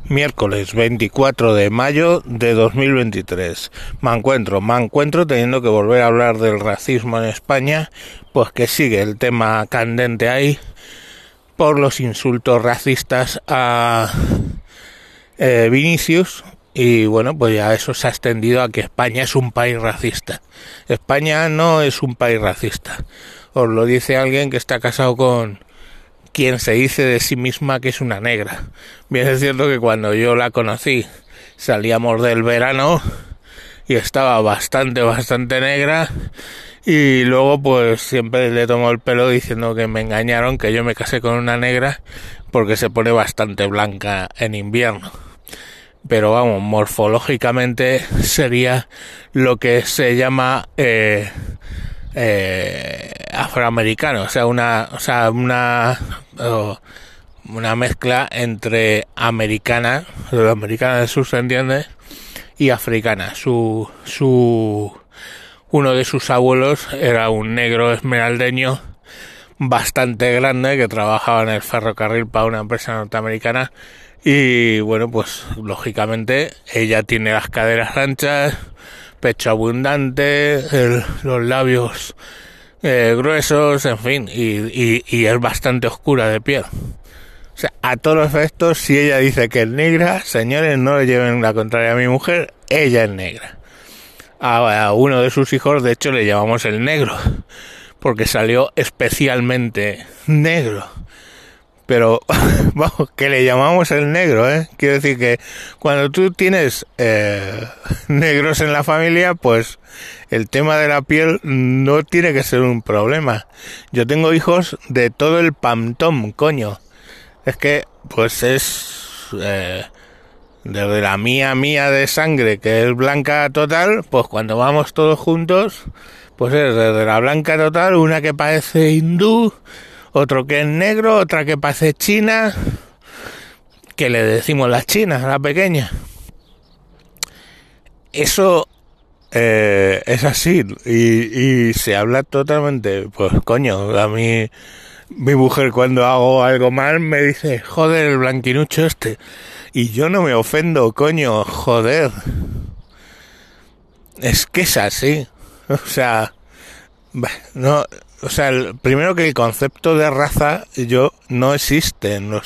Miércoles 24 de mayo de 2023. Me encuentro teniendo que volver a hablar del racismo en España, pues que sigue el tema candente ahí por los insultos racistas a Vinicius. Y bueno, pues ya eso se ha extendido a que España es un país racista. España no es un país racista. Os lo dice alguien que está casado con quien se dice de sí misma que es una negra. Bien es cierto que cuando yo la conocí salíamos del verano y estaba bastante negra, y luego pues siempre le tomó el pelo diciendo que me engañaron, que yo me casé con una negra porque se pone bastante blanca en invierno. Pero vamos, morfológicamente sería lo que se llama afroamericano, o sea, una mezcla entre americana del sur, se entiende, y africana. Uno de sus abuelos era un negro esmeraldeño bastante grande que trabajaba en el ferrocarril para una empresa norteamericana. Y bueno, pues lógicamente ella tiene las caderas anchas, pecho abundante, los labios gruesos, en fin, y es bastante oscura de piel. O sea, a todos los efectos, si ella dice que es negra, señores, no le lleven la contraria a mi mujer, ella es negra. A uno de sus hijos, de hecho, le llamamos el negro, porque salió especialmente negro. Pero, vamos, que le llamamos el negro, ¿eh? Quiero decir que cuando tú tienes negros en la familia, pues el tema de la piel no tiene que ser un problema. Yo tengo hijos de todo el pantón, coño. Es que, pues es desde la mía de sangre, que es blanca total, pues cuando vamos todos juntos, pues es desde la blanca total, una que parece hindú, otro que es negro, otra que parece china, que le decimos la china, la pequeña. Eso es así, y se habla totalmente, pues coño, a mí, mi mujer cuando hago algo mal me dice, joder, el blanquinucho este, y yo no me ofendo, coño, joder. Es que es así, o sea, no... O sea, primero que el concepto de raza no existe. No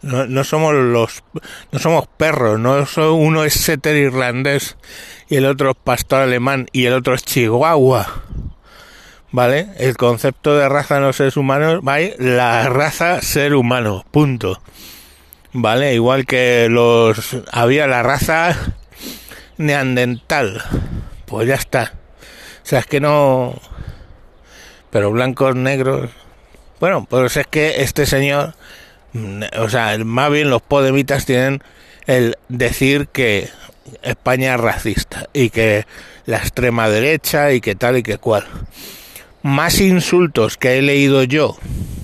somos perros. Uno es setter irlandés y el otro es pastor alemán y el otro es chihuahua. ¿Vale? El concepto de raza en los seres humanos, ¿vale? La raza ser humano, punto. ¿Vale? Igual que había la raza neandertal. Pues ya está. O sea, es que no... Pero blancos, negros... Bueno, pues es que este señor... O sea, más bien los podemitas tienen el decir que España es racista y que la extrema derecha y que tal y que cual. Más insultos que he leído yo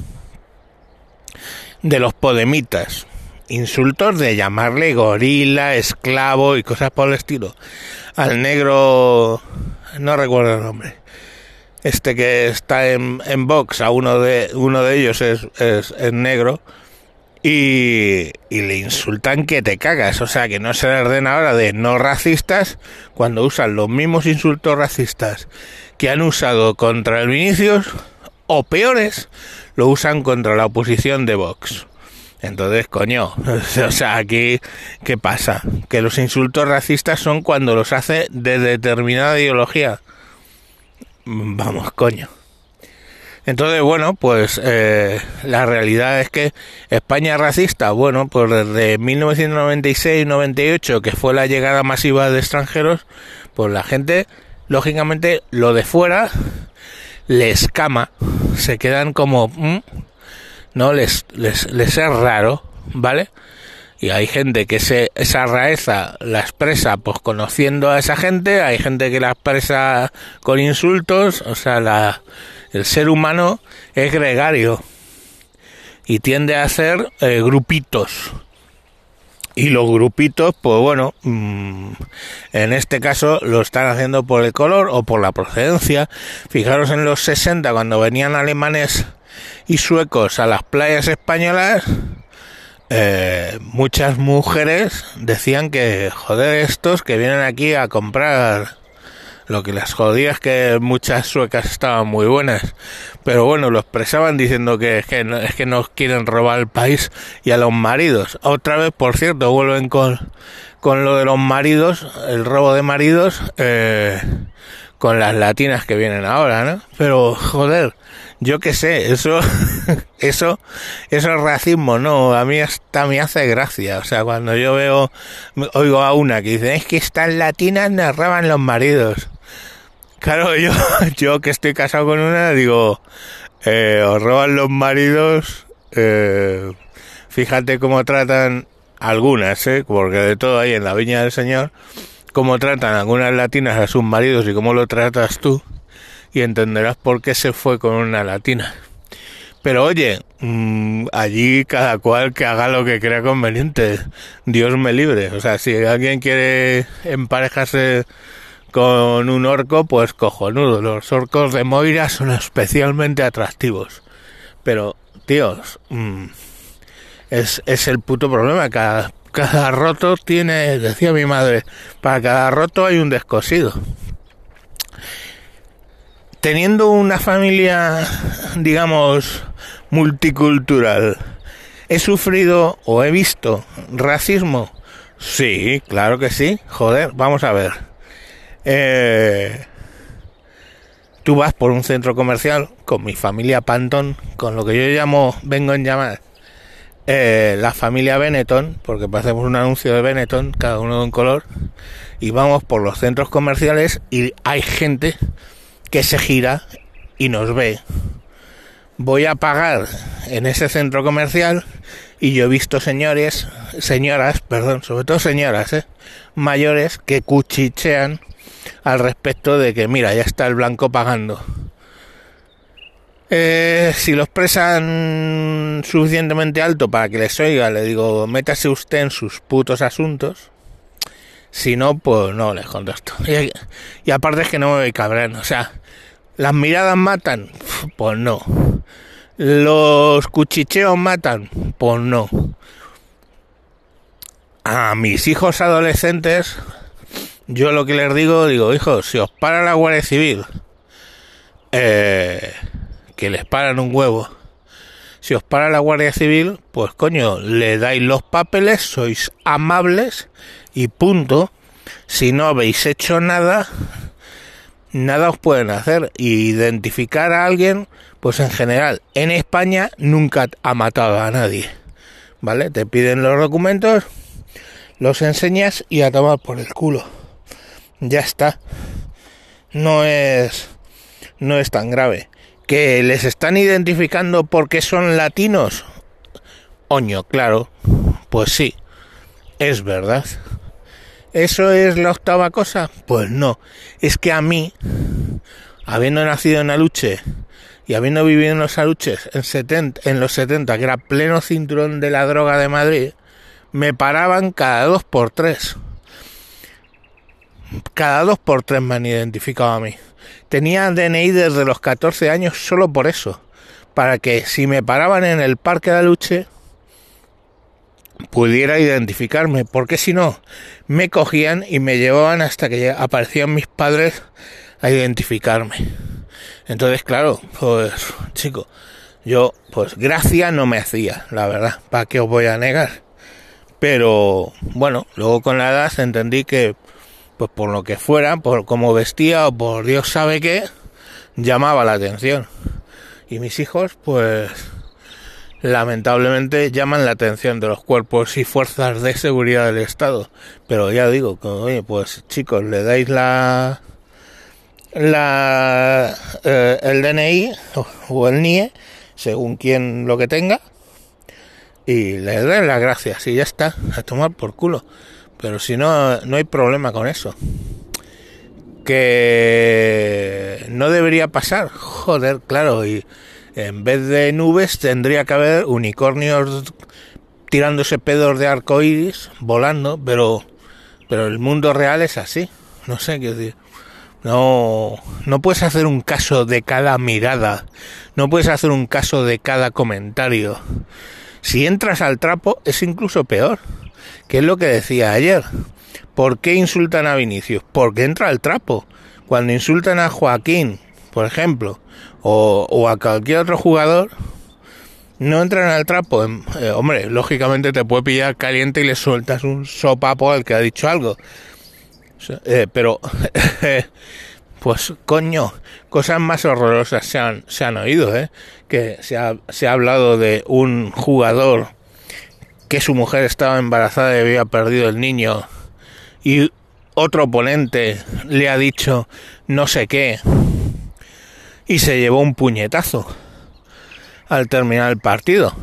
de los podemitas. Insultos de llamarle gorila, esclavo y cosas por el estilo. Al negro... No recuerdo el nombre. Este que está en Vox, a uno de ellos es negro, y le insultan que te cagas. O sea, que no se les den ahora de no racistas cuando usan los mismos insultos racistas que han usado contra el Vinicius, o peores, lo usan contra la oposición de Vox. Entonces, coño, o sea, aquí, ¿qué pasa? Que los insultos racistas son cuando los hace de determinada ideología. Vamos, coño. Entonces, bueno, pues la realidad es que España es racista. Bueno, pues desde 1996-98, que fue la llegada masiva de extranjeros, pues la gente, lógicamente, lo de fuera les cama. Se quedan como... no, les es raro, ¿vale? Y hay gente que esa rareza la expresa pues conociendo a esa gente, hay gente que la expresa con insultos. O sea, el ser humano es gregario y tiende a hacer grupitos. Y los grupitos, pues bueno, en este caso lo están haciendo por el color o por la procedencia. Fijaros en los 60, cuando venían alemanes y suecos a las playas españolas, muchas mujeres decían que, joder, estos que vienen aquí a comprar, lo que las jodía es que muchas suecas estaban muy buenas, pero bueno, lo expresaban diciendo que nos quieren robar el país y a los maridos. Otra vez, por cierto, vuelven con lo de los maridos, el robo de maridos, con las latinas que vienen ahora, ¿no? Pero, joder, yo qué sé, eso es racismo, ¿no? A mí hasta me hace gracia. O sea, cuando yo oigo a una que dice, es que estas latinas nos roban los maridos. Claro, yo que estoy casado con una, digo, os roban los maridos, fíjate cómo tratan algunas, porque de todo hay en la viña del Señor, cómo tratan algunas latinas a sus maridos y cómo lo tratas tú, y entenderás por qué se fue con una latina. Pero oye, allí cada cual que haga lo que crea conveniente, Dios me libre. O sea, si alguien quiere emparejarse con un orco, pues cojonudo. Los orcos de Moira son especialmente atractivos. Pero, tíos, es el puto problema. Cada roto tiene, decía mi madre, para cada roto hay un descosido. Teniendo una familia, digamos, multicultural, ¿he sufrido o he visto racismo? Sí, claro que sí. Joder, vamos a ver. Tú vas por un centro comercial con mi familia Pantón, con lo que yo vengo en llamar la familia Benetton, porque hacemos un anuncio de Benetton, cada uno de un color, y vamos por los centros comerciales y hay gente que se gira y nos ve. Voy a pagar en ese centro comercial y yo he visto señoras, sobre todo señoras, mayores que cuchichean al respecto de que mira, ya está el blanco pagando. Si lo expresan suficientemente alto para que les oiga, le digo, métase usted en sus putos asuntos. Si no, pues no les contesto. Y aparte es que no me voy cabrón. O sea, ¿las miradas matan? Pues no. ¿Los cuchicheos matan? Pues no. A mis hijos adolescentes, yo lo que les digo, hijos, si os para la Guardia Civil, que les paran un huevo. Si os para la Guardia Civil, pues coño, le dais los papeles, sois amables y punto. Si no habéis hecho nada, nada os pueden hacer. Y identificar a alguien, pues en general, en España nunca ha matado a nadie, ¿vale? Te piden los documentos, los enseñas y a tomar por el culo. Ya está. No es tan grave. ¿Que les están identificando porque son latinos? Oño, claro, pues sí, es verdad. ¿Eso es la octava cosa? Pues no. Es que a mí, habiendo nacido en Aluche y habiendo vivido en los Aluches en los 70, que era pleno cinturón de la droga de Madrid, me paraban cada 2 por 3. Cada 2 por 3 me han identificado a mí. Tenía DNI desde los 14 años solo por eso. Para que si me paraban en el Parque de Aluche pudiera identificarme. Porque si no, me cogían y me llevaban hasta que aparecían mis padres a identificarme. Entonces, claro, pues chico, yo pues gracia no me hacía, la verdad. ¿Para qué os voy a negar? Pero bueno, luego con la edad entendí que pues por lo que fuera, por cómo vestía o por Dios sabe qué, llamaba la atención. Y mis hijos, pues lamentablemente llaman la atención de los cuerpos y fuerzas de seguridad del Estado. Pero ya digo, oye, pues chicos, le dais el DNI o el NIE, según quien lo que tenga, y le dais las gracias y ya está, a tomar por culo. Pero si no, no hay problema con eso. Que no debería pasar. Joder, claro. Y en vez de nubes tendría que haber unicornios tirándose pedos de arcoíris, volando. Pero el mundo real es así. No sé qué decir. No puedes hacer un caso de cada mirada. No puedes hacer un caso de cada comentario. Si entras al trapo es incluso peor, que es lo que decía ayer. ¿Por qué insultan a Vinicius? Porque entra al trapo. Cuando insultan a Joaquín, por ejemplo, o a cualquier otro jugador, no entran al trapo. Hombre, lógicamente te puede pillar caliente y le sueltas un sopapo al que ha dicho algo. Pero, pues coño, cosas más horrorosas se han oído, que se ha hablado de un jugador que su mujer estaba embarazada y había perdido el niño, y otro oponente le ha dicho no sé qué y se llevó un puñetazo al terminar el partido.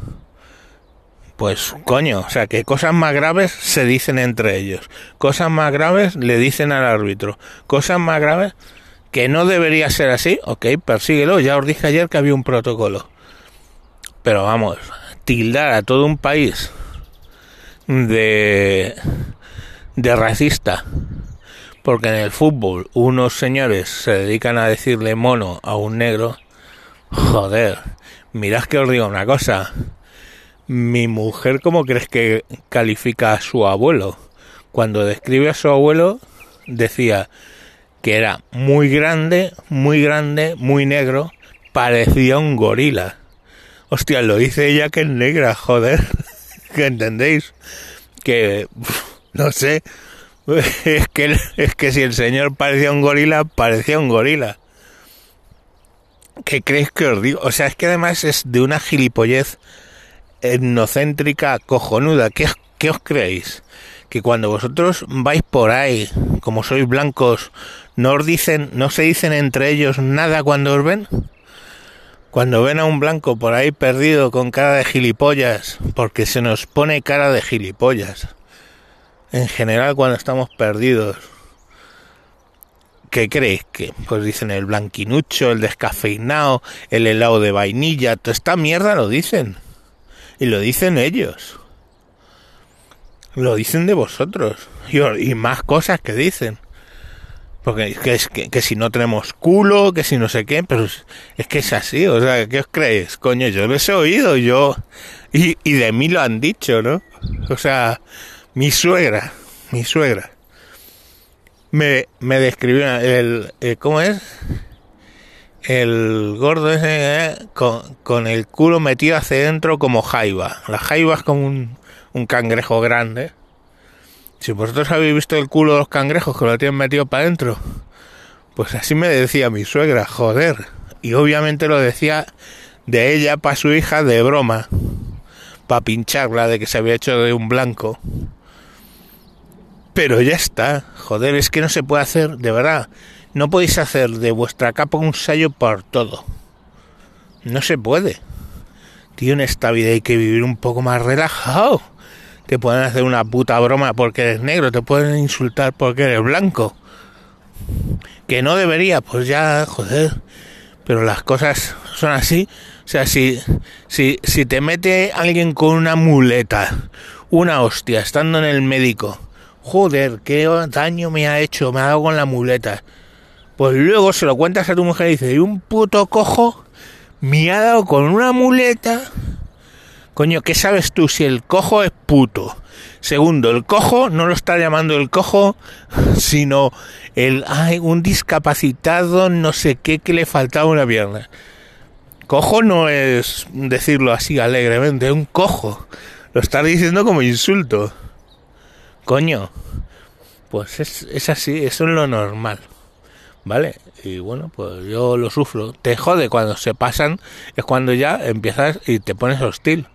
Pues coño, o sea, que cosas más graves se dicen entre ellos, cosas más graves le dicen al árbitro, cosas más graves que no debería ser así. Ok, persíguelo, ya os dije ayer que había un protocolo, pero vamos, tildar a todo un país de racista porque en el fútbol unos señores se dedican a decirle mono a un negro. Joder, mirad que os digo una cosa. Mi mujer, ¿cómo crees que califica a su abuelo? Cuando describe a su abuelo, decía que era muy grande, muy negro, parecía un gorila. Hostia, lo dice ella que es negra, joder. ¿Qué entendéis? Que, no sé, es que si el señor parecía un gorila, parecía un gorila. ¿Qué creéis que os digo? O sea, es que además es de una gilipollez etnocéntrica cojonuda. ¿Qué os creéis? Que cuando vosotros vais por ahí, como sois blancos, no se dicen entre ellos nada cuando os ven. Cuando ven a un blanco por ahí perdido con cara de gilipollas, porque se nos pone cara de gilipollas en general cuando estamos perdidos, ¿qué creéis? Que pues dicen el blanquinucho, el descafeinado, el helado de vainilla, toda esta mierda lo dicen. Y lo dicen ellos. Lo dicen de vosotros. Y más cosas que dicen. Porque es que si no tenemos culo, que si no sé qué, pero es que es así. O sea, ¿qué os creéis? Coño, yo los he oído, y de mí lo han dicho, ¿no? O sea, mi suegra me describió ¿cómo es? El gordo ese con el culo metido hacia adentro como jaiba. La jaiba es como un cangrejo grande. Si vosotros habéis visto el culo de los cangrejos que lo tienen metido para adentro, pues así me decía mi suegra, joder. Y obviamente lo decía de ella para su hija de broma, para pincharla de que se había hecho de un blanco. Pero ya está, joder, es que no se puede hacer, de verdad. No podéis hacer de vuestra capa un sallo por todo. No se puede. Tío, en esta vida hay que vivir un poco más relajado. Te pueden hacer una puta broma porque eres negro, te pueden insultar porque eres blanco. Que no debería, pues ya, joder. Pero las cosas son así. O sea, si te mete alguien con una muleta, una hostia, estando en el médico, joder, qué daño me ha hecho, me ha dado con la muleta. Pues luego se lo cuentas a tu mujer y dices, y un puto cojo me ha dado con una muleta. Coño, ¿qué sabes tú si el cojo es puto? Segundo, el cojo no lo está llamando el cojo, sino un discapacitado, no sé qué, que le faltaba una pierna. Cojo no es decirlo así alegremente, es un cojo. Lo estás diciendo como insulto. Coño, pues es así, eso es lo normal. ¿Vale? Y bueno, pues yo lo sufro. Te jode cuando se pasan, es cuando ya empiezas y te pones hostil.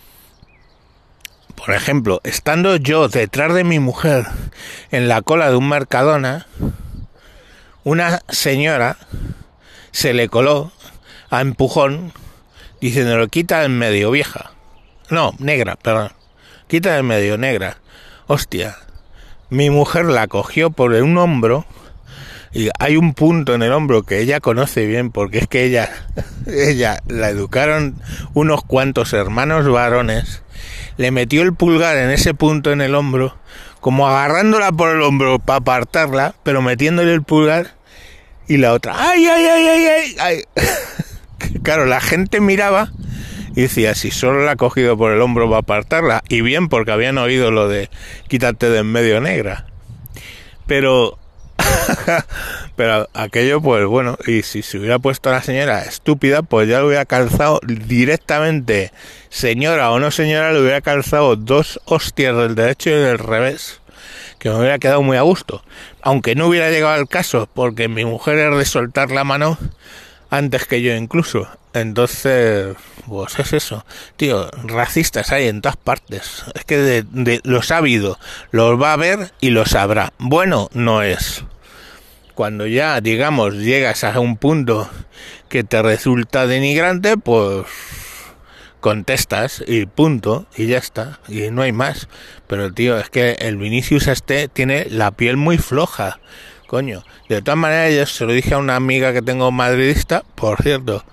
Por ejemplo, estando yo detrás de mi mujer en la cola de un Mercadona, una señora se le coló a empujón diciéndole, quita en medio, vieja. No, negra, perdón. Quita en medio, negra. Hostia. Mi mujer la cogió por un hombro. Y hay un punto en el hombro que ella conoce bien, porque es que ella la educaron unos cuantos hermanos varones, le metió el pulgar en ese punto en el hombro, como agarrándola por el hombro para apartarla, pero metiéndole el pulgar, y la otra, ¡ay, ay, ay, ay, ay! Claro, la gente miraba y decía, si solo la ha cogido por el hombro va a apartarla, y bien, porque habían oído lo de quítate de en medio negra, pero aquello, pues bueno, y si se hubiera puesto a la señora estúpida, pues ya lo hubiera calzado directamente, señora o no señora, le hubiera calzado 2 hostias del derecho y del revés, que me hubiera quedado muy a gusto, aunque no hubiera llegado al caso, porque mi mujer es de soltar la mano antes que yo incluso. Entonces, pues es eso, tío, racistas hay en todas partes, es que de los ha habido, los va a haber y los habrá. Bueno, no es. Cuando ya, digamos, llegas a un punto que te resulta denigrante, pues contestas y punto, y ya está, y no hay más. Pero tío, es que el Vinicius tiene la piel muy floja, coño. De todas maneras, yo se lo dije a una amiga que tengo madridista, por cierto,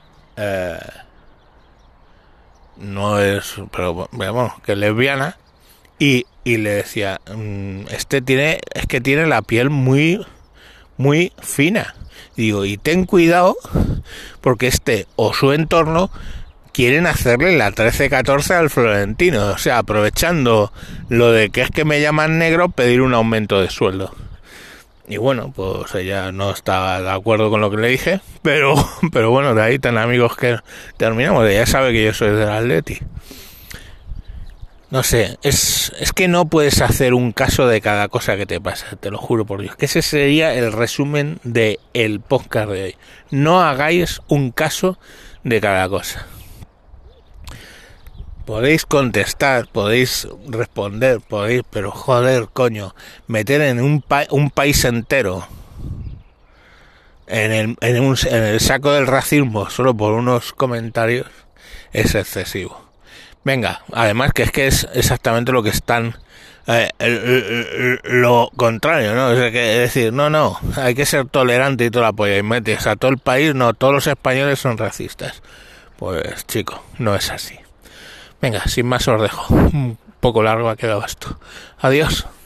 no es, pero vamos, que es lesbiana, y le decía, tiene la piel muy fina. Digo, y ten cuidado, porque o su entorno quieren hacerle la 13-14 al Florentino, o sea, aprovechando lo de que es que me llaman negro, pedir un aumento de sueldo. Y bueno, pues ella no estaba de acuerdo con lo que le dije, pero bueno, de ahí tan amigos que terminamos. Ella sabe que yo soy del Atleti. No sé, es que no puedes hacer un caso de cada cosa que te pasa, te lo juro por Dios, que ese sería el resumen del podcast de hoy. No hagáis un caso de cada cosa. Podéis contestar, podéis responder, pero joder, coño, meter en un país entero en el saco del racismo solo por unos comentarios es excesivo. Venga, además que es exactamente lo que están, lo contrario, ¿no? Es decir, no, hay que ser tolerante y todo el apoyo, y metes a todo el país, no, todos los españoles son racistas. Pues chico, no es así. Venga, sin más os dejo. Un poco largo ha quedado esto. Adiós.